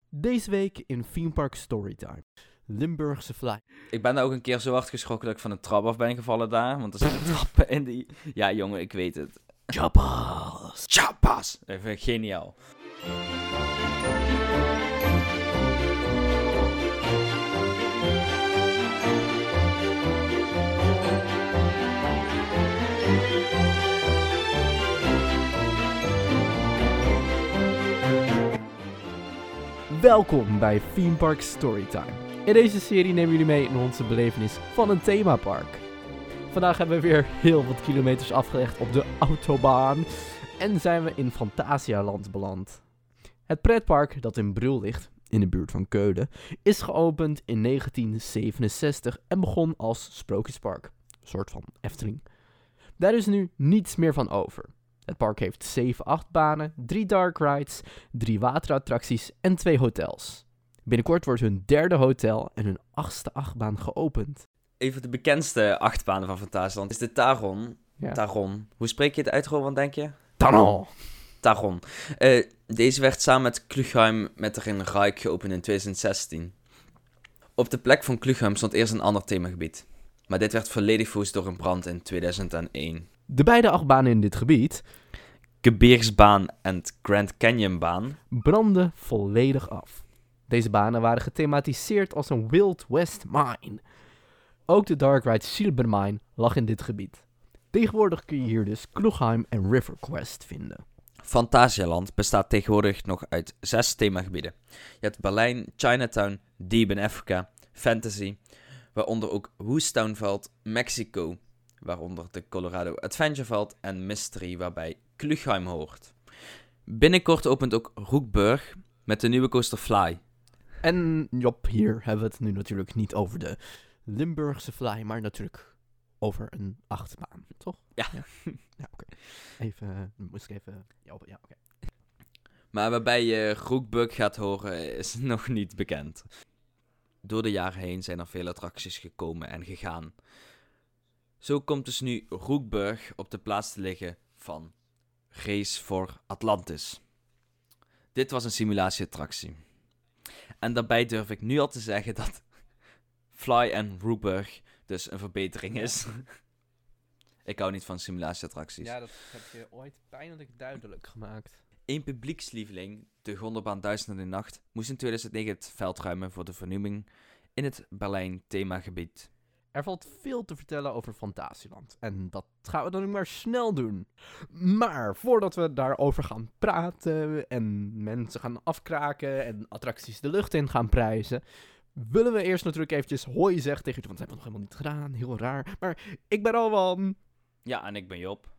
Deze week in Theme Park Storytime. Limburgse fly. Ik ben daar ook een keer zo hard geschrokken dat ik van de trap af ben gevallen daar. Want er zitten trappen in die... Ja, jongen, ik weet het. Jabba's. Chapas! Even geniaal. Welkom bij Theme Park Storytime. In deze serie nemen jullie mee in onze belevenis van een themapark. Vandaag hebben we weer heel wat kilometers afgelegd op de autobaan en zijn we in Phantasialand beland. Het pretpark dat in Brul ligt, in de buurt van Keulen, is geopend in 1967 en begon als sprookjespark, een soort van Efteling. Daar is nu niets meer van over. Het park heeft 7 achtbanen, 3 dark rides, 3 waterattracties en 2 hotels. Binnenkort wordt hun 3e hotel en hun 8e achtbaan geopend. Even de bekendste achtbanen van Fantasieland is de Taron. Ja. Taron. Hoe spreek je het uit, Rowan, denk je? Taron! Taron. Deze werd samen met Klugheim met erin Rijk geopend in 2016. Op de plek van Klugheim stond eerst een ander themagebied. Maar dit werd volledig verwoest door een brand in 2001. De beide achtbanen in dit gebied Gebirgsbaan en Grand Canyonbaan. brandden volledig af. Deze banen waren gethematiseerd als een Wild West Mine. Ook de dark ride Silbermine lag in dit gebied. Tegenwoordig kun je hier dus Klugheim en River Quest vinden. Phantasialand bestaat tegenwoordig nog uit 6 themagebieden. Je hebt Berlijn, Chinatown, Deep in Africa, Fantasy, waaronder ook Woostown valt, Mexico, waaronder de Colorado Adventure valt en Mystery, waarbij Klugheim hoort. Binnenkort opent ook Roekburg met de nieuwe coaster Fly. En Jop, hier hebben we het nu natuurlijk niet over de Limburgse fly, maar natuurlijk over een achtbaan, toch? Ja. Ja, oké. Even, moest ik even... Ja, oké. Maar waarbij je Roekburg gaat horen is nog niet bekend. Door de jaren heen zijn er veel attracties gekomen en gegaan. Zo komt dus nu Roekburg op de plaats te liggen van Race for Atlantis. Dit was een simulatieattractie. En daarbij durf ik nu al te zeggen dat Fly en Roekburg dus een verbetering is. Ik hou niet van simulatieattracties. Ja, dat heb je ooit pijnlijk duidelijk gemaakt. Eén publiekslieveling, de Gondelbaan Duizenden in de Nacht, moest in 2009 het veld ruimen voor de vernieuwing in het Berlijn themagebied. Er valt veel te vertellen over Fantasieland. En dat gaan we dan ook maar snel doen. Maar voordat we daarover gaan praten en mensen gaan afkraken en attracties de lucht in gaan prijzen, willen we eerst natuurlijk eventjes hoi zeggen tegen jullie, want dat hebben we nog helemaal niet gedaan. Heel raar. Maar ik ben Rowan. Ja, en ik ben Job.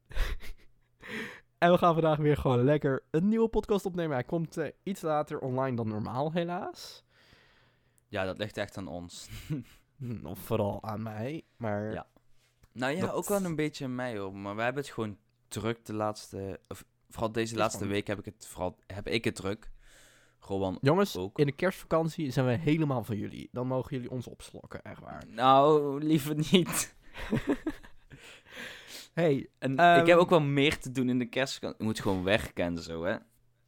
En we gaan vandaag weer gewoon lekker een nieuwe podcast opnemen. Hij komt iets later online dan normaal, helaas. Ja, dat ligt echt aan ons. Of vooral aan mij, maar... Ja. Nou ja, Dat- ook wel een beetje aan mij hoor. Maar wij hebben het gewoon druk de laatste... Of vooral deze laatste gewoon- week heb ik het druk. Rowan Jongens, ook. in de kerstvakantie zijn we helemaal van jullie. Dan mogen jullie ons opslokken, echt waar. Nou, liever niet. Hey, En ik heb ook wel meer te doen in de kerstvakantie. Ik moet gewoon werken en zo, hè.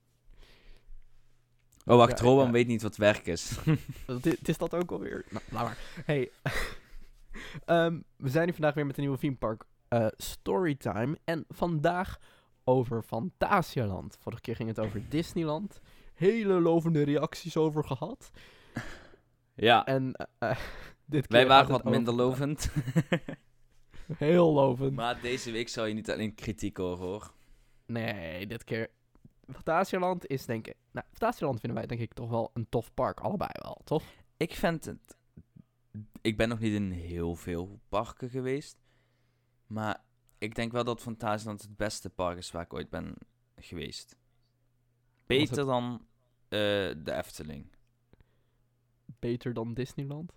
Oh, wacht, Ja, Rowan ja. weet niet wat werk is. het is dat ook alweer. Nou, laat maar. Hey, we zijn hier vandaag weer met een nieuwe theme park Storytime. En vandaag over Phantasialand. Vorige keer ging het over Disneyland. Hele lovende reacties over gehad. Ja, En dit keer wij gaat waren het wat minder over- lovend. Heel lovend. Maar deze week zou je niet alleen kritiek horen, hoor. Nee, dit keer... Phantasialand is denk ik... Nou, Phantasialand vinden wij denk ik toch wel een tof park. Allebei wel, toch? Ik vind het... Ik ben nog niet in heel veel parken geweest. Maar ik denk wel dat Fantasieland het beste park is waar ik ooit ben geweest. Beter het- dan de Efteling. Beter dan Disneyland.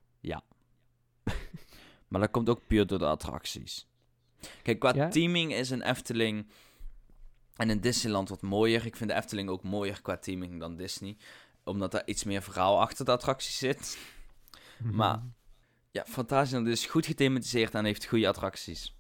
Maar dat komt ook puur door de attracties. Kijk, qua Ja? teaming is een Efteling en een Disneyland wat mooier. Ik vind de Efteling ook mooier qua teaming dan Disney. Omdat er iets meer verhaal achter de attracties zit. Maar- Ja, Fantasieland is goed gethematiseerd en heeft goede attracties.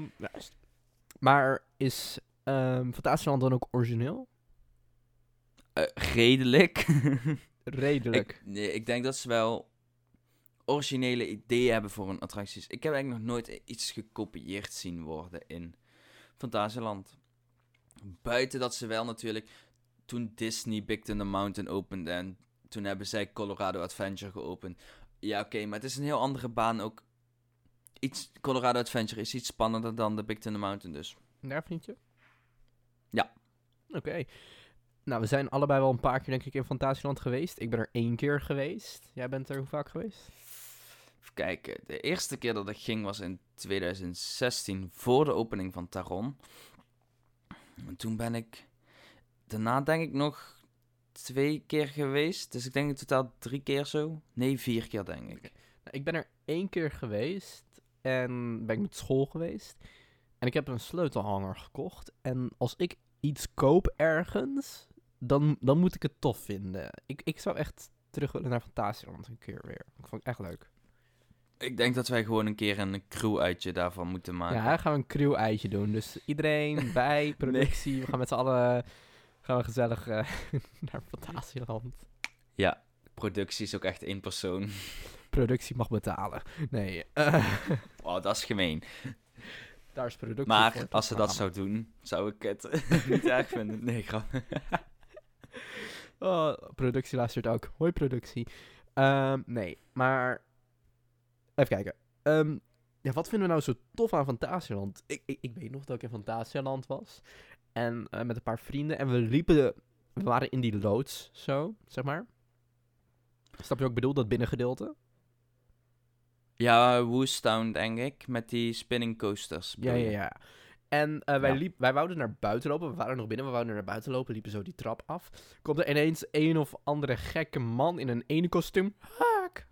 Maar is Fantasieland dan ook origineel? Redelijk. Redelijk. Ik denk dat ze wel originele ideeën hebben voor een attracties. Ik heb eigenlijk nog nooit iets gekopieerd zien worden in Fantasieland. Buiten dat ze wel natuurlijk, toen Disney Big Thunder Mountain opende en toen hebben zij Colorado Adventure geopend. Ja, oké, maar het is een heel andere baan ook. Colorado Adventure is iets spannender dan de Big Thunder Mountain dus. Ja, vind je? Ja. Oké. Nou, we zijn allebei wel een paar keer denk ik in Fantasieland geweest. Ik ben er 1 keer geweest. Jij bent er hoe vaak geweest? Even kijken. De eerste keer dat ik ging was in 2016 voor de opening van Taron. En toen ben ik daarna denk ik nog 2 keer geweest. Dus ik denk in totaal 3 keer zo. Nee, 4 keer denk ik. Nou, ik ben er 1 keer geweest en ben ik met school geweest. En ik heb een sleutelhanger gekocht. En als ik iets koop ergens, dan moet ik het tof vinden. Ik zou echt terug willen naar Fantasieland een keer weer. Ik vond het echt leuk. Ik denk dat wij gewoon een keer een crew-uitje daarvan moeten maken. Ja, gaan we een crew-eitje doen. Dus iedereen bij, productie. We gaan met z'n allen gezellig naar Fantasieland. Ja, productie is ook echt 1 persoon. Productie mag betalen. Nee. Oh, dat is gemeen. Daar is productie Maar voor. als ze dat zou doen, zou ik het niet erg vinden. Nee, grap. Oh, productie luistert ook. Hoi, productie. Nee, maar... Even kijken. Ja, wat vinden we nou zo tof aan Fantasieland? Ik weet nog dat ik in Fantasieland was. En met een paar vrienden. En we waren in die loods, zo, zeg maar. Snap je wat ik bedoel, dat binnengedeelte? Ja, Woostown, denk ik. Met die spinning coasters. Ja. En wij wouden naar buiten lopen. We waren nog binnen, we wouden naar buiten lopen. Liepen zo die trap af. Komt er ineens een of andere gekke man in een ene kostuum. Haak.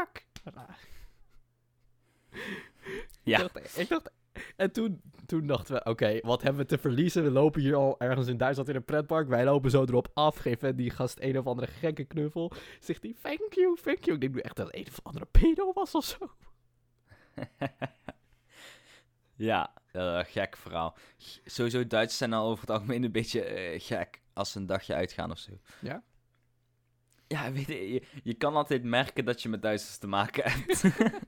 Ja. Ik dacht, en toen dachten we, oké, wat hebben we te verliezen? We lopen hier al ergens in Duitsland in een pretpark. Wij lopen zo erop af. Geven die gast een of andere gekke knuffel. Zegt hij, thank you. Ik denk nu echt dat het een of andere pedo was of zo. Ja, gek verhaal. Sowieso Duitsers zijn al over het algemeen een beetje gek als ze een dagje uitgaan of zo. Ja? Ja, weet je kan altijd merken dat je met Duitsers te maken hebt.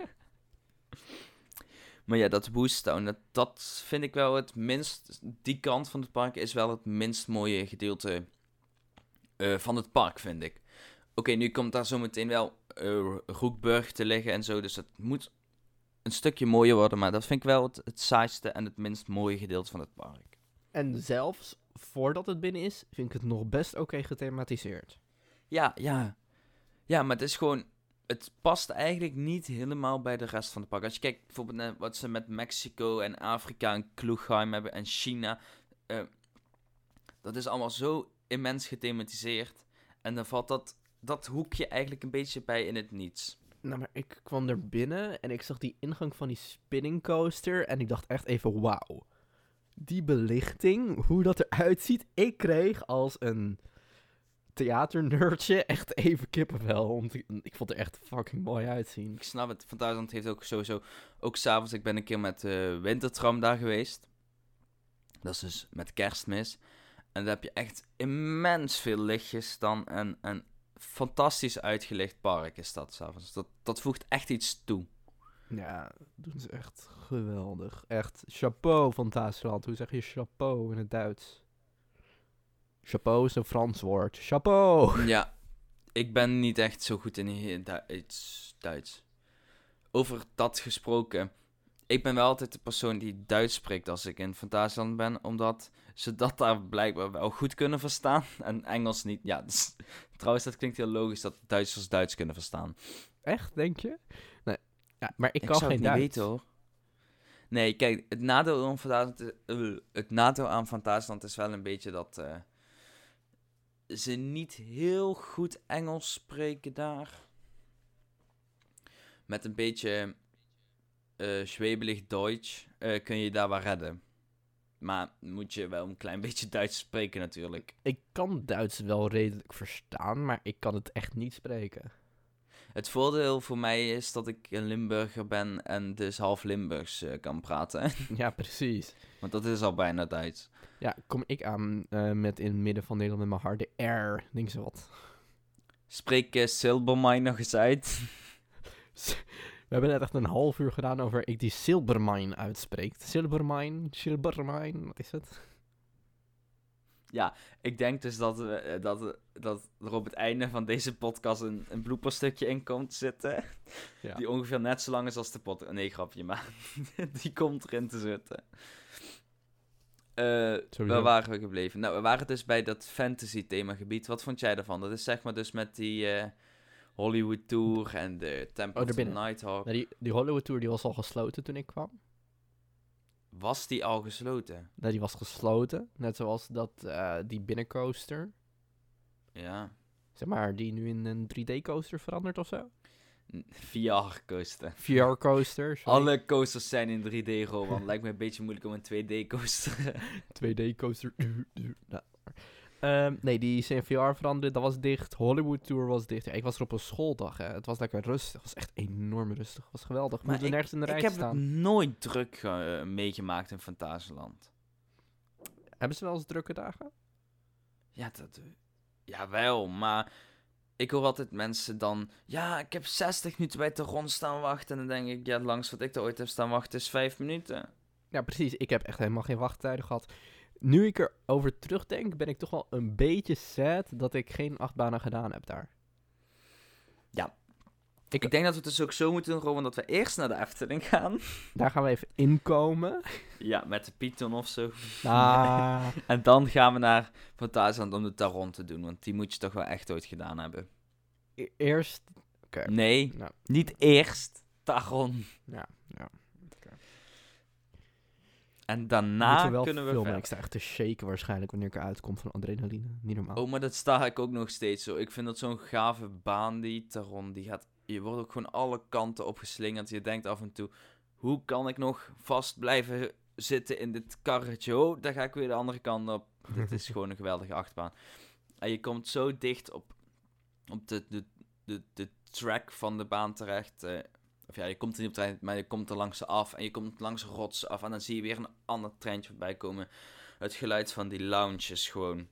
Maar ja, dat Woostown, dat vind ik wel het minst... Die kant van het park is wel het minst mooie gedeelte van het park, vind ik. Oké, nu komt daar zometeen wel Roekburg te liggen en zo, dus het moet een stukje mooier worden. Maar dat vind ik wel het saaiste en het minst mooie gedeelte van het park. En zelfs voordat het binnen is, vind ik het nog best oké gethematiseerd. Ja, maar het is gewoon... Het past eigenlijk niet helemaal bij de rest van het park. Als je kijkt bijvoorbeeld naar wat ze met Mexico en Afrika en Klugheim hebben en China. Dat is allemaal zo immens gethematiseerd. En dan valt dat hoekje eigenlijk een beetje bij in het niets. Nou, maar ik kwam er binnen en ik zag die ingang van die spinning coaster. En ik dacht echt even, wauw. Die belichting, hoe dat eruit ziet. Ik kreeg als een theaternerdje echt even kippenvel. Want ik vond er echt fucking mooi uitzien. Ik snap het. Fantasieland heeft ook sowieso... Ook s'avonds, ik ben een keer met Wintertram daar geweest. Dat is dus met Kerstmis. En daar heb je echt immens veel lichtjes dan. En een fantastisch uitgelicht park is dat s'avonds. Dat voegt echt iets toe. Ja, doen ze echt geweldig. Echt chapeau, Fantasieland. Hoe zeg je chapeau in het Duits? Chapeau is een Frans woord. Chapeau! Ja, ik ben niet echt zo goed in Duits. Over dat gesproken. Ik ben wel altijd de persoon die Duits spreekt als ik in Fantasieland ben. Omdat ze dat daar blijkbaar wel goed kunnen verstaan. En Engels niet. Ja, dus, trouwens, dat klinkt heel logisch dat Duitsers Duits kunnen verstaan. Echt, denk je? Nee. Ja, maar ik kan zou geen het niet Duits. weten, hoor. Nee, kijk, het nadeel aan Fantasieland is wel een beetje dat ze niet heel goed Engels spreken daar. Met een beetje schwebelig Duits kun je daar wel redden. Maar moet je wel een klein beetje Duits spreken natuurlijk. Ik kan Duits wel redelijk verstaan, maar ik kan het echt niet spreken. Het voordeel voor mij is dat ik een Limburger ben en dus half Limburgs kan praten. Ja, precies. Want dat is al bijna Duits. Ja, kom ik aan met in het midden van Nederland met mijn harde R. Denk ze wat. Spreek Silbermine nog eens uit. We hebben net echt een half uur gedaan over ik die Silbermine uitspreekt. Silbermine, wat is het? Ja, ik denk dus dat er op het einde van deze podcast een blooperstukje in komt zitten. Ja. Die ongeveer net zo lang is als de podcast. Nee, grapje, maar die komt erin te zitten. Waar waren we gebleven? Nou, we waren dus bij dat fantasy themagebied. Wat vond jij daarvan? Dat is zeg maar dus met die Hollywood Tour en de Temple of the Nighthawk. Nou, die Hollywood Tour die was al gesloten toen ik kwam. Was die al gesloten? Nou, die was gesloten. Net zoals die binnencoaster. Ja. Zeg maar, die nu in een 3D-coaster verandert of zo. VR-coaster. VR-coaster. Alle coasters zijn in 3D, Rowan. Lijkt me een beetje moeilijk om een 2D-coaster. 2D-coaster. Nee, die CVR veranderde, dat was dicht. Hollywood Tour was dicht. Ja, ik was er op een schooldag, hè. Het was lekker rustig. Het was echt enorm rustig. Het was geweldig. We moeten nergens in de rij staan. Ik heb het nooit druk meegemaakt in Fantasieland. Hebben ze wel eens drukke dagen? Ja, jawel, maar ik hoor altijd mensen dan... Ja, ik heb 60 minuten bij het rond staan wachten. En dan denk ik, ja, het langst wat ik er ooit heb staan wachten is 5 minuten. Ja, precies. Ik heb echt helemaal geen wachttijden gehad. Nu ik erover terugdenk, ben ik toch wel een beetje sad dat ik geen achtbanen gedaan heb daar. Ja. Ik denk dat we het dus ook zo moeten doen, Rowan, dat we eerst naar de Efteling gaan. Daar gaan we even inkomen. Ja, met de Python of zo. Ah. En dan gaan we naar Fantasieland om de Taron te doen, want die moet je toch wel echt ooit gedaan hebben. Eerst? Okay. Nee, nou. Niet eerst Taron. Ja. En daarna we wel kunnen we filmen. verder. Ik sta echt te shaken waarschijnlijk wanneer ik eruit kom van adrenaline. Niet normaal. Oh, maar dat sta ik ook nog steeds zo. Ik vind dat zo'n gave baan, die Taron. Je wordt ook gewoon alle kanten opgeslingerd. Je denkt af en toe, hoe kan ik nog vast blijven zitten in dit karretje? Oh, daar ga ik weer de andere kant op. Dit is gewoon een geweldige achtbaan. En je komt zo dicht op de track van de baan terecht. Of ja, je komt er niet op trein, maar je komt er langs ze af. En je komt langs rotsen af. En dan zie je weer een ander treintje voorbij komen. Het geluid van die lounge is gewoon...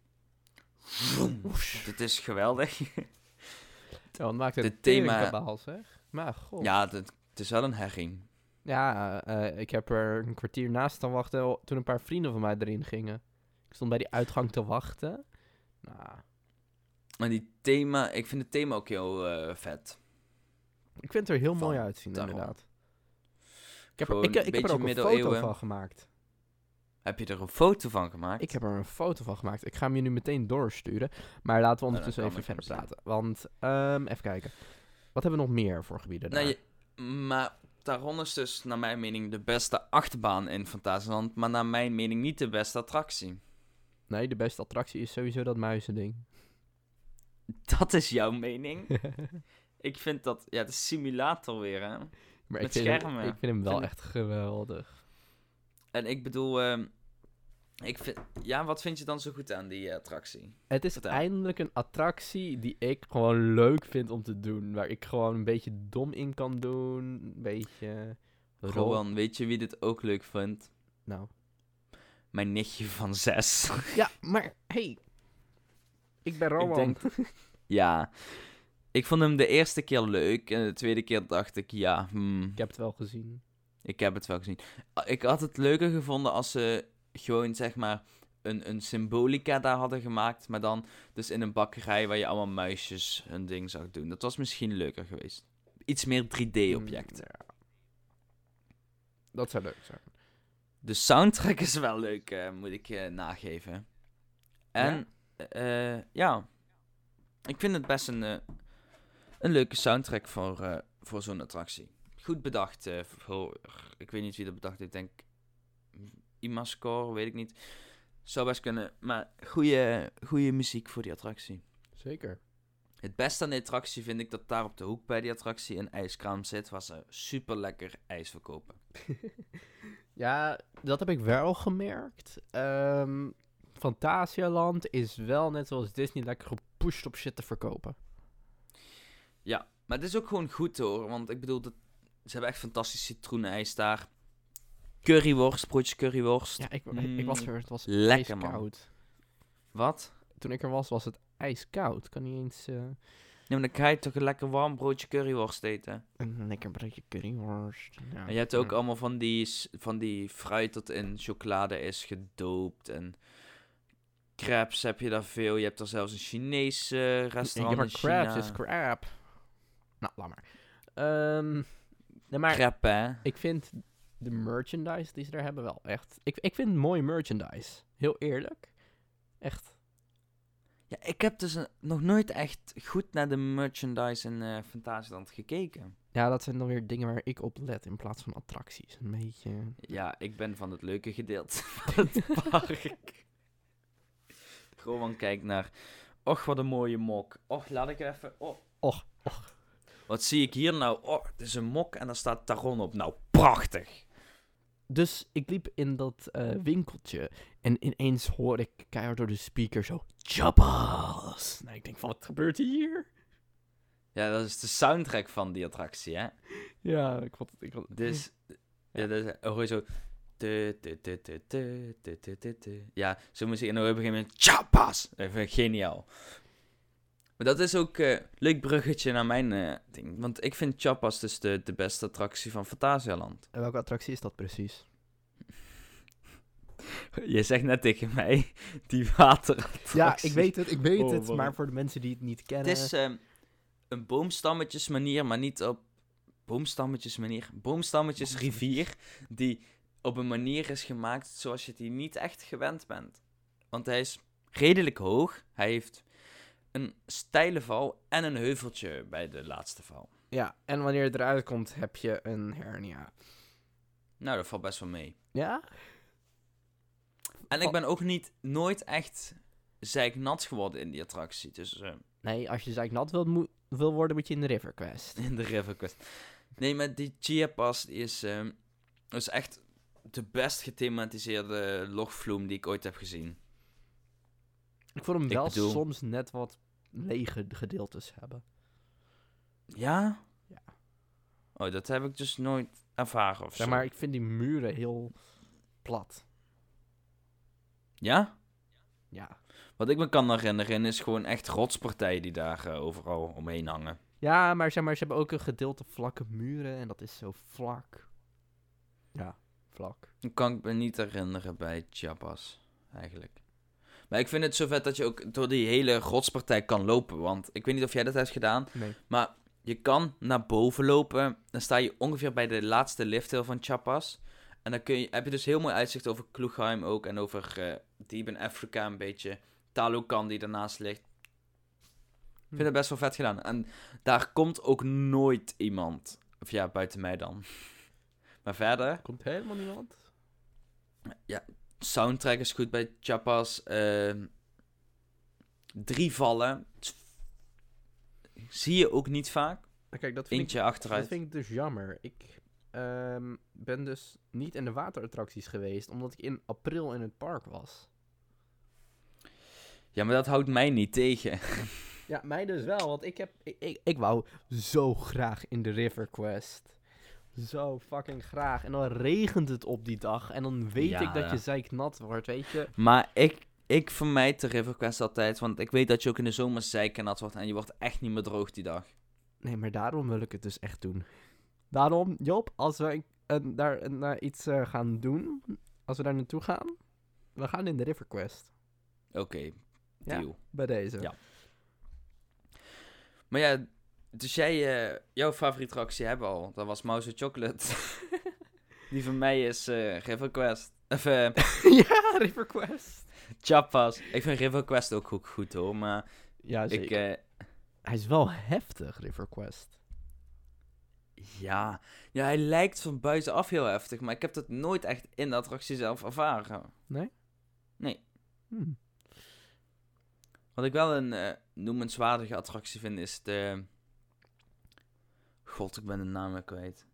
Dit is geweldig. Ja, wat maakt het Het thema... kabaal, zeg. Maar god. Ja, het is wel een herring. Ja, ik heb er een kwartier naast staan wachten toen een paar vrienden van mij erin gingen. Ik stond bij die uitgang te wachten. Nou. Maar ik vind het thema ook heel vet. Ik vind het er heel mooi Van uitzien, Taron. inderdaad. Ik heb Gewoon er ook beetje een foto middeleeuwen. van gemaakt. Heb je er een foto van gemaakt? Ik heb er een foto van gemaakt. Ik ga hem je nu meteen doorsturen. Maar laten we ondertussen dan even kan ik verder hem praten. Want, even kijken. Wat hebben we nog meer voor gebieden daar? Maar Taron is dus, naar mijn mening, de beste achtbaan in Fantasieland. Maar naar mijn mening niet de beste attractie. Nee, de beste attractie is sowieso dat muizending. Dat is jouw mening? Ik vind dat... Ja, de simulator weer, hè? Maar Met ik schermen. vind hem wel echt geweldig. En ik bedoel... wat vind je dan zo goed aan die attractie? Het is Vertel. eindelijk een attractie die ik gewoon leuk vind om te doen. Waar ik gewoon een beetje dom in kan doen. Een beetje... Rowan, weet je wie dit ook leuk vindt? Nou. Mijn nichtje van 6. Ja, maar hey. Ik ben Rowan. Ja. Ik vond hem de eerste keer leuk. En de tweede keer dacht ik, ja... Ik heb het wel gezien. Ik heb het wel gezien. Ik had het leuker gevonden als ze gewoon, zeg maar, een symbolica daar hadden gemaakt. Maar dan dus in een bakkerij waar je allemaal muisjes hun ding zag doen. Dat was misschien leuker geweest. Iets meer 3D-objecten. Ja. Dat zou leuk zijn. De soundtrack is wel leuk, moet ik nageven. En, ja. Ik vind het best een leuke soundtrack voor zo'n attractie. Goed bedacht. Ik weet niet wie dat bedacht heeft. Ik denk Imascore, weet ik niet. Zou best kunnen. Maar goede muziek voor die attractie. Zeker. Het beste aan de attractie vind ik dat daar op de hoek bij die attractie een ijskraam zit. Waar ze super lekker ijs verkopen. Ja, dat heb ik wel gemerkt. Fantasialand is wel net zoals Disney lekker gepusht op shit te verkopen. Ja, Maar het is ook gewoon goed hoor. Want ik bedoel, ze hebben echt fantastisch citroenijs daar. Curryworst, broodje curryworst. Ja, ik was er. Het was Lekker, ijskoud. Wat? Toen ik er was het ijskoud. Kan niet eens... Ja, maar dan ga je toch een lekker warm broodje curryworst eten. Een lekker broodje curryworst. Ja. En je hebt ook allemaal van die fruit dat in chocolade is gedoopt. En crepes heb je daar veel. Je hebt er zelfs een Chinees restaurant maar in China. crabs is crap. Nou, laat maar. Nee, maar Crepe, hè? ik vind de merchandise die ze daar hebben wel echt... Ik vind mooi merchandise. Heel eerlijk. Echt. Ja, ik heb dus nog nooit echt goed naar de merchandise in Fantasieland gekeken. Ja, dat zijn dan weer dingen waar ik op let in plaats van attracties. Een beetje... Ja, ik ben van het leuke gedeelte van het park. Gewoon kijk naar... Och, wat een mooie mok. Och, laat ik even... Och. Wat zie ik hier nou? Oh, het is een mok en daar staat Taron op. Nou, prachtig. Dus ik liep in dat winkeltje en ineens hoor ik keihard door de speaker zo... Chappas! Nou, ik denk van, wat gebeurt hier? Ja, dat is de soundtrack van die attractie, hè? Ja, ik vond... Dus... Ja, dat hoor je zo... Ja, zo muziek. En dan op een gegeven moment... Chappas! Dat vind ik geniaal. Maar dat is ook leuk bruggetje naar mijn ding. Want ik vind Chappas dus de beste attractie van Fantasialand. En welke attractie is dat precies? Je zegt net tegen mij, die waterattractie. Ja, ik weet het, waarom? maar voor de mensen die het niet kennen... Het is een boomstammetjesmanier, maar niet op boomstammetjesrivier, die op een manier is gemaakt zoals je die niet echt gewend bent. Want hij is redelijk hoog, hij heeft een steile val en een heuveltje bij de laatste val. Ja, en wanneer het eruit komt, heb je een hernia. Nou, dat valt best wel mee. Ja? En ik ben ook nooit echt zeiknat geworden in die attractie. Dus Nee, als je zeiknat wil worden, moet je in de River Quest. in de River Quest. Nee, maar die Chiapas die is echt de best gethematiseerde logvloem die ik ooit heb gezien. Ik vond hem soms net wat lege gedeeltes hebben. Ja? Ja. Oh, dat heb ik dus nooit ervaren of Zeg zo. maar, ik vind die muren heel plat. Ja? Ja. Wat ik me kan herinneren is gewoon echt rotspartijen die daar overal omheen hangen. Ja, maar zeg maar, ze hebben ook een gedeelte vlakke muren en dat is zo vlak. Ja, vlak. Dat kan ik me niet herinneren bij Chiapas, eigenlijk. Maar ik vind het zo vet dat je ook door die hele rotspartij kan lopen. Want ik weet niet of jij dat hebt gedaan. Nee. Maar je kan naar boven lopen. Dan sta je ongeveer bij de laatste lifthill van Chiapas. En dan heb je dus heel mooi uitzicht over Klugheim ook. En over Deep in Africa een beetje. Taloqan die daarnaast ligt. Ik vind het best wel vet gedaan. En daar komt ook nooit iemand. Of ja, buiten mij dan. Maar verder... Komt helemaal niemand? Ja, soundtrack is goed bij Chiapas. 3 vallen. Zie je ook niet vaak. Kijk, dat Eentje achteruit. Dat vind ik dus jammer. Ik ben dus niet in de waterattracties geweest, omdat ik in april in het park was. Ja, maar dat houdt mij niet tegen. Ja, mij dus wel, want ik wou zo graag in de River Quest. Zo fucking graag. En dan regent het op die dag. En dan weet ik dat je zeiknat wordt, weet je. Maar ik vermijd de River Quest altijd. Want ik weet dat je ook in de zomer zeiknat wordt. En je wordt echt niet meer droog die dag. Nee, maar daarom wil ik het dus echt doen. Daarom, Job, als we daar iets gaan doen. Als we daar naartoe gaan. We gaan in de River Quest. Oké, deal. Ja, bij deze. Ja. Maar ja, dus jouw favoriete attractie hebben al. Dat was Mouse Chocolate. Die van mij is River Quest. Ja, River Quest. Chiapas. Ik vind River Quest ook goed hoor, maar Ja, zeker. Hij is wel heftig, River Quest. Ja, hij lijkt van buitenaf heel heftig, maar ik heb dat nooit echt in de attractie zelf ervaren. Nee? Nee. Wat ik wel een noemenswaardige attractie vind is de... God, ik ben de naam weer kwijt.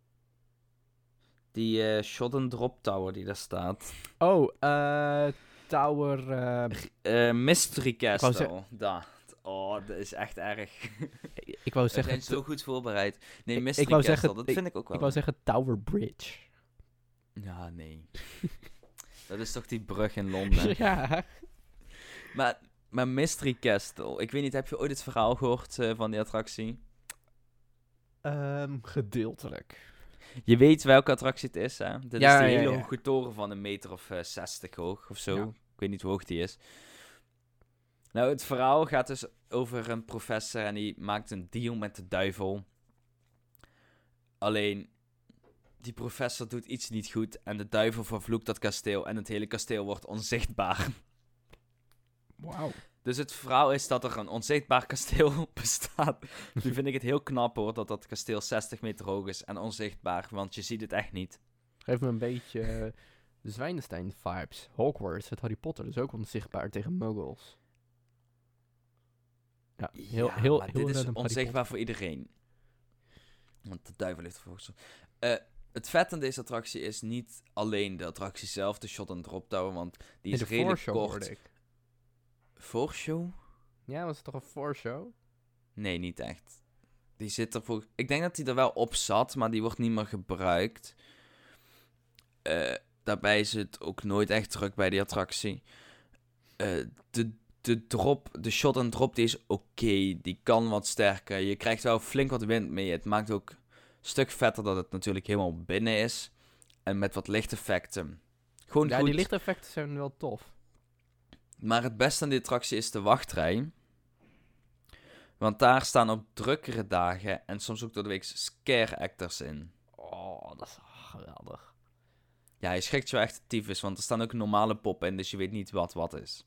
Die Shot and Drop Tower die daar staat. Oh, Tower... Mystery Castle. Dat is echt erg. Ik wou We zeggen... zijn zo goed voorbereid. Nee, ik Mystery wou Castle, zeggen- dat vind ik ook wel. Ik wou zeggen Tower Bridge. Ja, nee. Dat is toch die brug in Londen? Ja. Maar Mystery Castle, ik weet niet, heb je ooit het verhaal gehoord van die attractie? Gedeeltelijk. Je weet welke attractie het is, hè? Dit Ja, is die ja, hele ja. hoge toren van 1,60 meter of 60 hoog of zo. Ja. Ik weet niet hoe hoog die is. Nou, het verhaal gaat dus over een professor en die maakt een deal met de duivel. Alleen, die professor doet iets niet goed en de duivel vervloekt dat kasteel en het hele kasteel wordt onzichtbaar. Wauw. Dus het verhaal is dat er een onzichtbaar kasteel bestaat. Nu vind ik het heel knap hoor, dat dat kasteel 60 meter hoog is en onzichtbaar, want je ziet het echt niet. Geef me een beetje de Zwijnstein-vibes. Hogwarts, het Harry Potter, is ook onzichtbaar tegen muggles. Ja, heel maar heel dit is random Harry onzichtbaar voor iedereen. Want de duivel heeft ervoor gezorgd. Het vet aan deze attractie is niet alleen de attractie zelf, de shot and drop tower, want die is de redelijk voorshow kort. hoorde ik. Voorshow? Ja, was het toch een voorshow? Nee, niet echt. Die zit er voor... Ik denk dat die er wel op zat, maar die wordt niet meer gebruikt. Daarbij is het ook nooit echt druk bij die attractie. De shot and drop, die is oké. Die kan wat sterker. Je krijgt wel flink wat wind mee. Het maakt ook een stuk vetter dat het natuurlijk helemaal binnen is. En met wat lichteffecten. Gewoon Ja, goed. die lichteffecten zijn wel tof. Maar het beste aan die attractie is de wachtrij. Want daar staan op drukkere dagen en soms ook door de week scare actors in. Oh, dat is geweldig. Ja, je schrikt je wel echt de tyfus, want er staan ook normale poppen in, dus je weet niet wat is.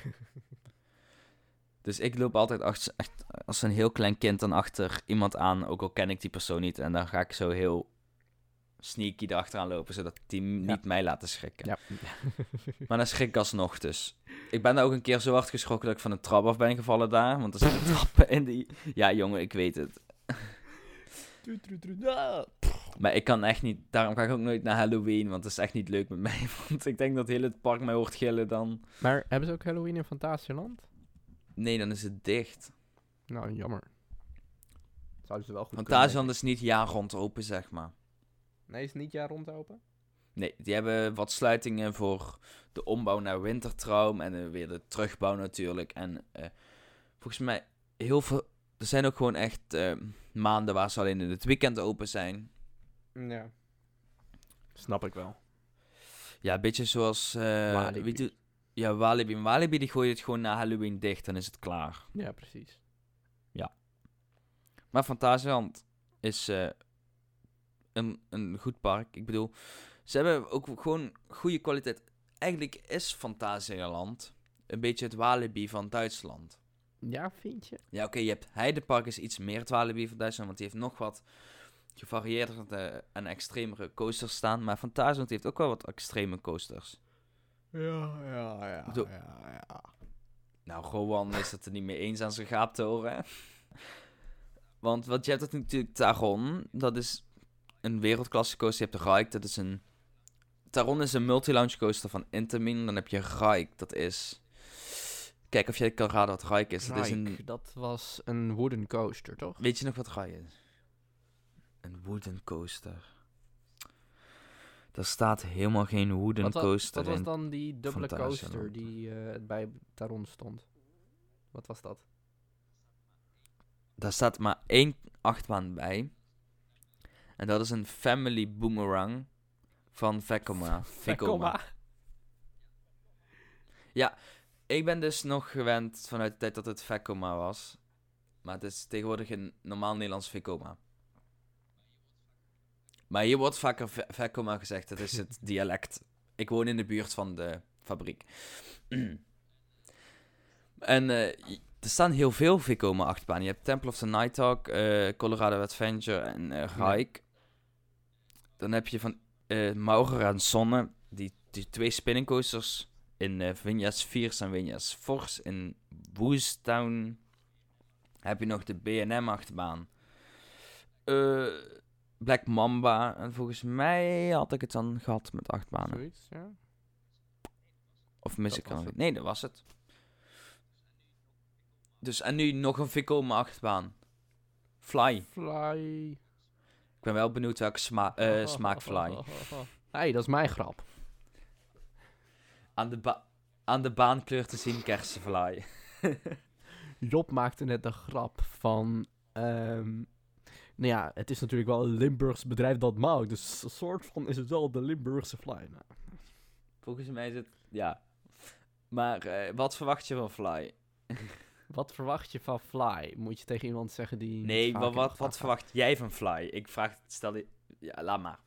Dus ik loop altijd echt als een heel klein kind dan achter iemand aan, ook al ken ik die persoon niet. En dan ga ik zo heel sneaky erachteraan lopen, zodat die niet mij laten schrikken. Ja. Maar dan schrik ik alsnog dus. Ik ben daar ook een keer zo hard geschrokken dat ik van een trap af ben gevallen daar. Want er zitten trappen in die... Ja, jongen, ik weet het. Maar ik kan echt niet... Daarom ga ik ook nooit naar Halloween, want dat is echt niet leuk met mij. Want ik denk dat heel het park mij hoort gillen dan. Maar hebben ze ook Halloween in Fantasieland? Nee, dan is het dicht. Nou, jammer. Zouden ze wel goed Fantasieland is niet jaar rond open, zeg maar. Nee, is het niet jaar rond open? Nee, die hebben wat sluitingen voor de ombouw naar Wintertraum en weer de terugbouw natuurlijk. En volgens mij heel veel... Er zijn ook gewoon echt maanden waar ze alleen in het weekend open zijn. Ja. Snap ik wel. Ja, een beetje zoals... Walibi. Ja, Walibi. Walibi die gooit het gewoon na Halloween dicht, dan is het klaar. Ja, precies. Maar Fantasieland is een goed park. Ik bedoel, ze hebben ook gewoon goede kwaliteit. Eigenlijk is Fantasieland een beetje het Walibi van Duitsland. Ja, vind je? Ja, oké, je hebt Heidepark is iets meer het Walibi van Duitsland, want die heeft nog wat gevarieerdere en extremere coasters staan. Maar Fantasieland heeft ook wel wat extreme coasters. Ja. bedoel- Nou, Rowan is het er niet mee eens aan zijn gaaptoren. Hè? Want je hebt het natuurlijk Taron, dat is een wereldklasse coaster. Je hebt de Rike, dat is een... Taron is een multi-launch coaster van Intamin. Dan heb je Rike, dat is... Kijk of jij kan raden wat Rike is. Dat is een... Dat was een wooden coaster, toch? Weet je nog wat Rike is? Een wooden coaster. Er staat helemaal geen wooden coaster Wat was in. dan die dubbele Fantasieland. coaster die bij Taron stond? Wat was dat? Daar staat maar 1 achtbaan bij. En dat is een Family Boomerang van Vekoma. Ik ben dus nog gewend vanuit de tijd dat het Vekoma was. Maar het is tegenwoordig een normaal Nederlands Vekoma. Maar hier wordt vaker Vekoma gezegd. Dat is het dialect. Ik woon in de buurt van de fabriek. En er staan heel veel Vekoma achtbanen. Je hebt Temple of the Nighthawk, Colorado Adventure en Rike. Dan heb je van Maurer en Sonne, die 2 spinning coasters in Vinyas Viers en Vinyas Force. In Woostown heb je nog de B&M achtbaan. Black Mamba. En volgens mij had ik het dan gehad met 8 banen. Zoiets, ja. Of mis Dat ik was dan? het. Nee, dat was het. Dus en nu nog een Vekoma achtbaan. Fly. Fly. Ik ben wel benieuwd welke smaak Fly. Hey, dat is mijn grap. Aan de baankleur te zien kersenfly. Job maakte net de grap van... nou ja, het is natuurlijk wel een Limburgs bedrijf dat maakt. Dus een soort van is het wel de Limburgse Fly. Nou. Volgens mij is het... Ja. Maar wat verwacht je van Fly? Wat verwacht je van Fly? Moet je tegen iemand zeggen die... Nee, maar wat verwacht jij van Fly? Ik vraag... Stel je... Ja, laat maar.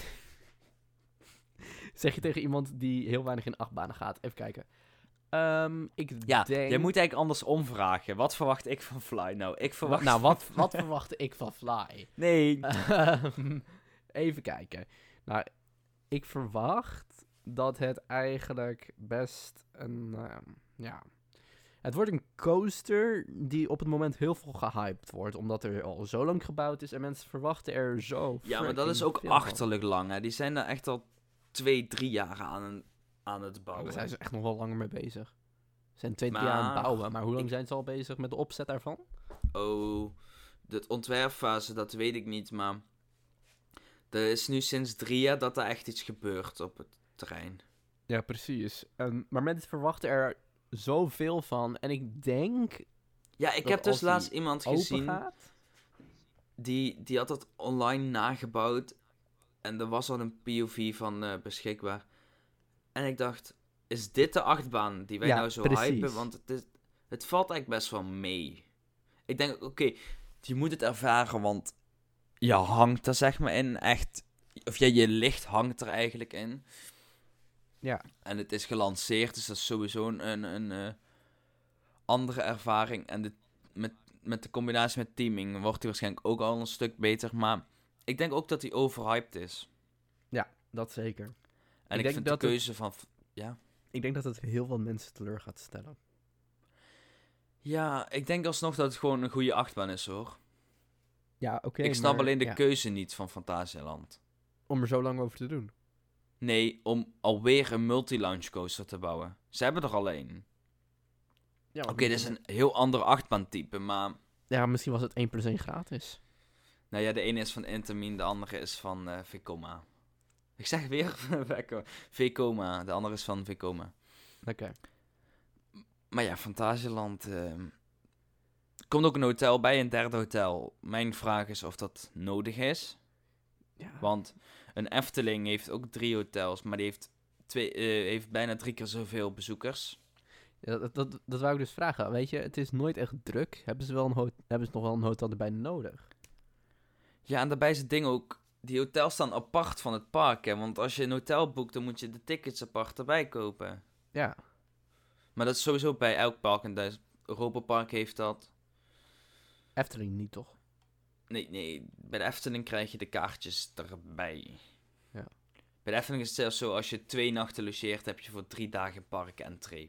Zeg je tegen iemand die heel weinig in achtbanen gaat. Even kijken. Ik Ja, denk... jij moet eigenlijk andersom vragen. Wat verwacht ik van Fly? Nou, ik verwacht... Nou, wat verwachtte ik van Fly? Nee. Even kijken. Nou, ik verwacht dat het eigenlijk best een... ja... Het wordt een coaster die op het moment heel veel gehyped wordt. Omdat er al zo lang gebouwd is en mensen verwachten er zo... Ja, maar dat is ook veel van. achterlijk lang, hè. Die zijn daar echt al 2-3 jaar aan het bouwen. Daar zijn ze echt nog wel langer mee bezig. Ze zijn 2-3 Maar- jaar aan het bouwen. Maar hoe lang zijn ze al bezig met de opzet daarvan? Oh, de ontwerpfase, dat weet ik niet, maar... Er is nu sinds 3 jaar dat er echt iets gebeurt op het terrein. Ja, precies. Maar mensen verwachten er zoveel van. En ik denk Ja, ik dat heb dus als die laatst iemand open gezien... gaat... Die had het online nagebouwd. En er was al een POV van beschikbaar. En ik dacht, is dit de achtbaan die wij Ja, nou zo precies. hypen? Want het valt eigenlijk best wel mee. Ik denk, oké, je moet het ervaren, want je hangt er zeg maar in echt... Of ja, je licht hangt er eigenlijk in. Ja. En het is gelanceerd, dus dat is sowieso een andere ervaring. En met de combinatie met teaming wordt hij waarschijnlijk ook al een stuk beter. Maar ik denk ook dat hij overhyped is. Dat zeker. En ik denk vind dat de keuze van... Ik denk dat het heel veel mensen teleur gaat stellen. Ja, ik denk alsnog dat het gewoon een goede achtbaan is, hoor. Ja, oké. Ik snap maar, alleen de ja, keuze niet van Fantasieland. om er zo lang over te doen. Nee, om alweer een multi-launch coaster te bouwen. Ze hebben er al één. Ja, Oké, dit is een heel ander achtbaantype, maar... Ja, misschien was het 1 plus 1 gratis. Nou ja, de ene is van Intamin, de andere is van Vekoma. Ik zeg weer Vekoma, de andere is van Vekoma. Oké. Maar ja, Fantasieland... er komt ook een hotel bij, een derde hotel. Mijn vraag is of dat nodig is. Ja. Want een Efteling heeft ook 3 hotels, maar die heeft bijna 3 keer zoveel bezoekers. Ja, dat wou ik dus vragen. Weet je, het is nooit echt druk. Hebben ze nog wel een hotel erbij nodig? Ja, en daarbij is het ding ook... Die hotels staan apart van het park, hè. Want als je een hotel boekt, dan moet je de tickets apart erbij kopen. Ja. Maar dat is sowieso bij elk park. En Europa Park heeft dat. Efteling niet, toch? Nee. Bij de Efteling krijg je de kaartjes erbij. Ja. Bij de Efteling is het zelfs zo, als je 2 nachten logeert, heb je voor 3 dagen park entree.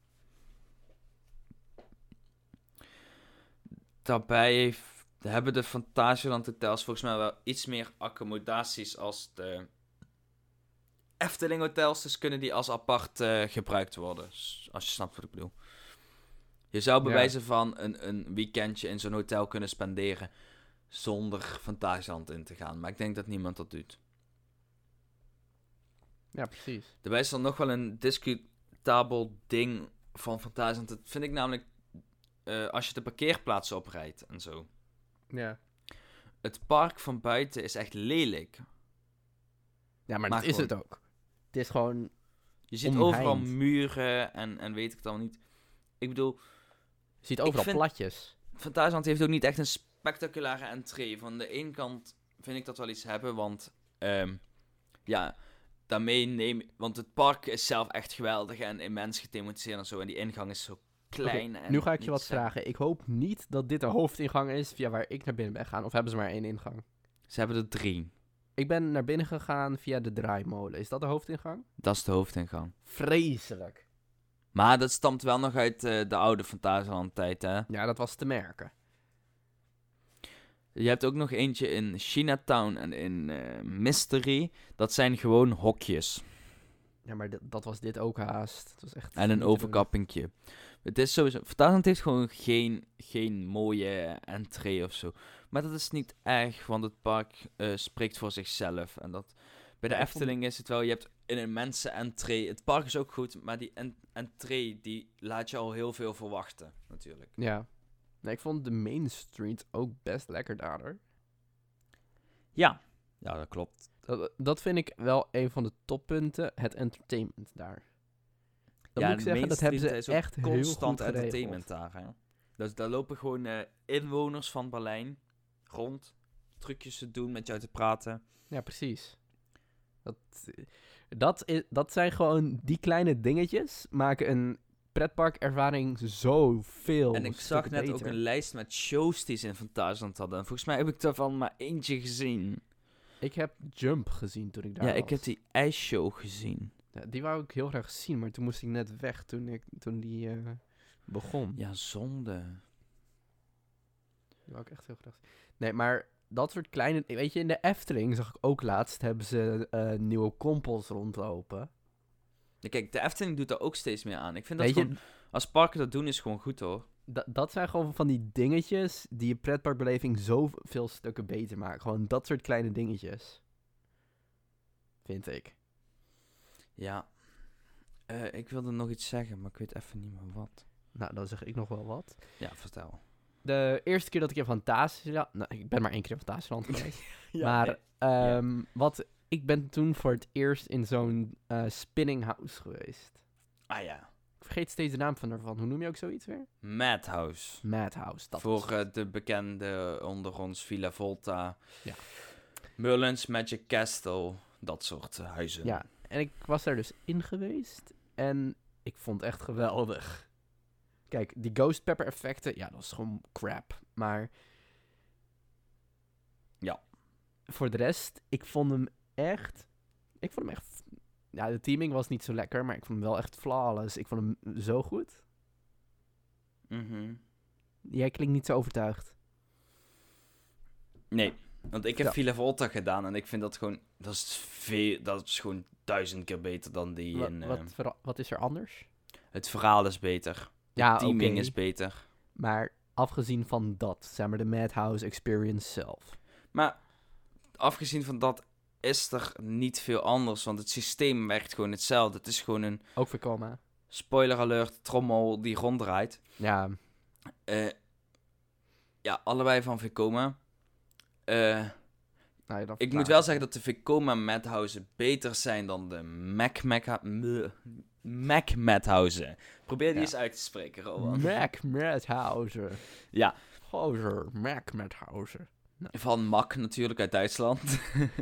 Daarbij hebben de Fantasieland hotels volgens mij wel iets meer accommodaties als de Efteling hotels. Dus kunnen die als apart gebruikt worden. Als je snapt wat ik bedoel. Je zou bij Ja. wijze van een weekendje in zo'n hotel kunnen spenderen zonder Fantasieland in te gaan. Maar ik denk dat niemand dat doet. Ja, precies. Daarbij is er nog wel een discutabel ding van Fantasieland. Dat vind ik namelijk als je de parkeerplaatsen oprijdt en zo. Ja. Het park van buiten is echt lelijk. Ja, maar Maar dat is gewoon- het ook. Het is gewoon... Je ziet Omheind. overal muren en weet ik het al niet. Ik bedoel, Je ziet overal vind- platjes. Fantasieland heeft ook niet echt een spectaculaire entree. Van de ene kant vind ik dat wel iets hebben, want ja, daarmee want het park is zelf echt geweldig en immens gethematiseerd en zo. En die ingang is zo klein. Oké, en nu ga ik je niet wat sec. vragen. Ik hoop niet dat dit de hoofdingang is via waar ik naar binnen ben gegaan. Of hebben ze maar 1 ingang? Ze hebben er 3. Ik ben naar binnen gegaan via de draaimolen. Is dat de hoofdingang? Dat is de hoofdingang. Vreselijk. Maar dat stamt wel nog uit de oude Fantasieland tijd, hè. Ja, dat was te merken. Je hebt ook nog eentje in Chinatown en in Mystery. Dat zijn gewoon hokjes. Ja, maar dat was dit ook haast. Het was echt En een niet te doen. overkappingje. Het is sowieso... Fantasyland heeft gewoon geen mooie entree of zo. Maar dat is niet erg, want het park spreekt voor zichzelf. En dat... Bij de Efteling is het wel... Je hebt een immense entree. Het park is ook goed, maar die entree... die laat je al heel veel verwachten, natuurlijk. Ja. Nee, ik vond de Main Street ook best lekker daar, hoor. Ja, dat klopt. Dat vind ik wel een van de toppunten. Het entertainment daar. Dan Ja, moet ik zeggen, dat hebben ze is ook echt heel constant goed geregeld. entertainment daar, hè. Dus daar lopen gewoon inwoners van Berlijn rond. Trucjes te doen, met jou te praten. Ja, precies. Dat zijn gewoon die kleine dingetjes. Maken een pretparkervaring zoveel En ik zag net beter. ook een lijst met shows die ze in Fantasieland hadden. En volgens mij heb ik daarvan maar eentje gezien. Ik heb Jump gezien toen ik daar Ja, was. ik heb die ijsshow gezien. Ja, die wou ik heel graag zien, maar toen moest ik net weg toen die begon. Ja, zonde. Die wou ik echt heel graag zien. Nee, maar dat soort kleine... Weet je, in de Efteling zag ik ook laatst... hebben ze nieuwe kompels rondlopen. Ja, kijk, de Efteling doet daar ook steeds meer aan. Ik vind dat Weet je, gewoon... Als parken dat doen, is gewoon goed, hoor. dat zijn gewoon van die dingetjes... die je pretparkbeleving zoveel stukken beter maken. Gewoon dat soort kleine dingetjes. Vind ik. Ja. Ik wilde nog iets zeggen, maar ik weet even niet meer wat. Nou, dan zeg ik nog wel wat. Ja, vertel. De eerste keer dat ik in Fantasieland... Nou, ik ben maar 1 keer in Fantasieland geweest. Ja, Maar ik ben toen voor het eerst in zo'n spinning house geweest. Ah ja. Ik vergeet steeds de naam van ervan. Hoe noem je ook zoiets weer? Madhouse. Madhouse. Dat Voor was- de bekende onder ons Villa Volta. Ja. Merlin's Magic Castle. Dat soort huizen. Ja, en ik was daar dus in geweest. En ik vond het echt geweldig. Kijk, die Ghost Pepper effecten, ja, dat is gewoon crap. Maar... Ja. Voor de rest, ik vond hem echt... Ja, de teaming was niet zo lekker, maar ik vond hem wel echt flawless. Ik vond hem zo goed. Mhm. Jij klinkt niet zo overtuigd. Nee, want ik heb Ja. Villa Volta gedaan en ik vind dat gewoon... Dat is gewoon 1000 keer beter dan die in... Wat is er anders? Het verhaal is beter. De Ja, teaming oké. is beter. Maar afgezien van dat, zeg maar de Madhouse experience zelf. Maar afgezien van dat is er niet veel anders, want het systeem werkt gewoon hetzelfde. Het is gewoon een Ook Vekoma. spoiler alert trommel die ronddraait. Ja, Ja, allebei van Vekoma. nou ja, dan Ik moet wel zeggen dat de Vekoma Madhouse beter zijn dan de Mac Madhouse. Probeer die Ja. eens uit te spreken, Rowan. Mac Madhouse. Ja, Gozer, Mac Madhouse. van Mac natuurlijk uit Duitsland.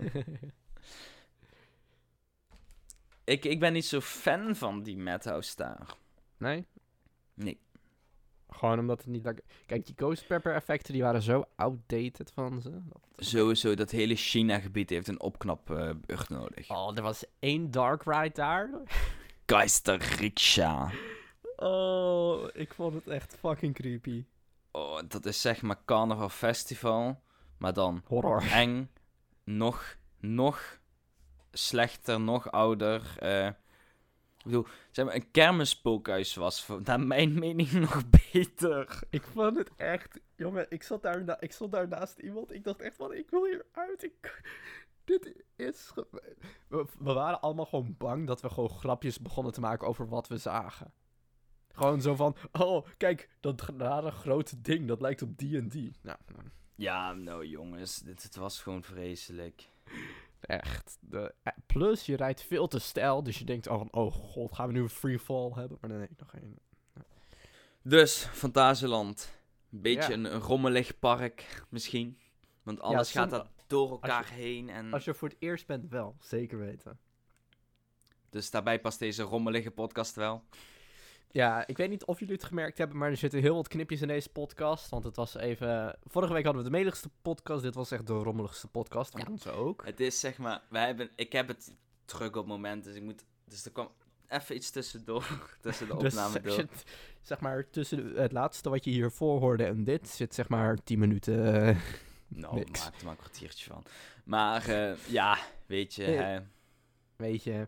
Ik ben niet zo fan van die Madhouse daar. Nee? Nee. Gewoon omdat het niet lekker... Kijk, die Ghost Pepper effecten, die waren zo outdated van ze. Sowieso, dat hele China-gebied heeft een opknapbeurt nodig. Oh, er was 1 dark ride daar. Geisterrikscha. Oh, ik vond het echt fucking creepy. Oh, dat is zeg maar Carnaval Festival. Maar dan Horror. eng. Nog slechter, nog ouder. Ik bedoel, zeg maar, een kermispookhuis was naar mijn mening nog beter. Ik vond het echt... Jongen, ik stond daar naast iemand. Ik dacht echt van, ik wil hier uit. Dit is... We waren allemaal gewoon bang dat we gewoon grapjes begonnen te maken over wat we zagen. Gewoon zo van, oh, kijk, dat rare grote ding, dat lijkt op die en die. Nou, Ja, nou jongens, dit was gewoon vreselijk. echt. Plus, je rijdt veel te stijl, dus je denkt, oh god, gaan we nu een free fall hebben? Maar nee, nog geen. Dus, Fantasieland. Een beetje Ja. een rommelig park, misschien. Want alles gaat daar door elkaar heen. En... Als je voor het eerst bent, wel. Zeker weten. Dus daarbij past deze rommelige podcast wel. Ja, ik weet niet of jullie het gemerkt hebben, maar er zitten heel wat knipjes in deze podcast. Want het was even... Vorige week hadden we de meligste podcast. Dit was echt de rommeligste podcast. Van ons ook. Het is zeg maar, ik heb het druk op momenten, dus er kwam even iets tussendoor, tussen de Dus opname door. zeg maar, tussen het laatste wat je hiervoor hoorde en dit zit zeg maar 10 minuten... Nou, niks. maak er maar een kwartiertje van. Maar ja, weet je, Nee. Weet je,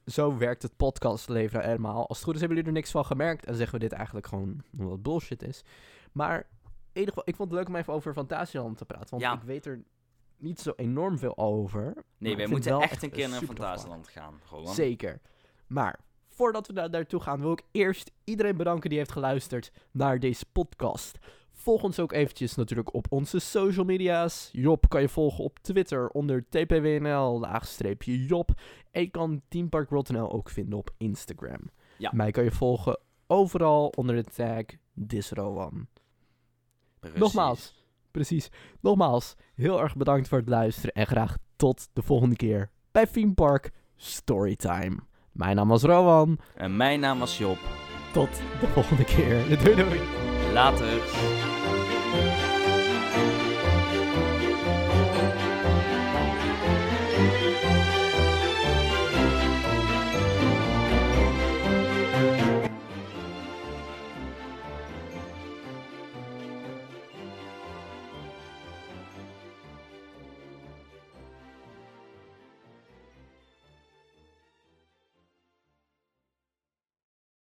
zo werkt het podcastleven helemaal. Als het goed is hebben jullie er niks van gemerkt en zeggen we dit eigenlijk gewoon omdat het bullshit is. Maar in ieder geval, ik vond het leuk om even over Fantasieland te praten, want ik weet er niet zo enorm veel over. Nee, wij moeten echt een keer naar Fantasieland gaan. Gewoon. Zeker. Maar voordat we daartoe gaan, wil ik eerst iedereen bedanken die heeft geluisterd naar deze podcast. Volg ons ook eventjes natuurlijk op onze social media's. Job kan je volgen op Twitter onder tpwnl_Job. En je kan Theme Park World NL ook vinden op Instagram. Ja. Mij kan je volgen overal onder de tag ThisRowan. Nogmaals, heel erg bedankt voor het luisteren en graag tot de volgende keer bij Theme Park Storytime. Mijn naam was Rowan. En mijn naam was Job. Tot de volgende keer. Doei doei. Later.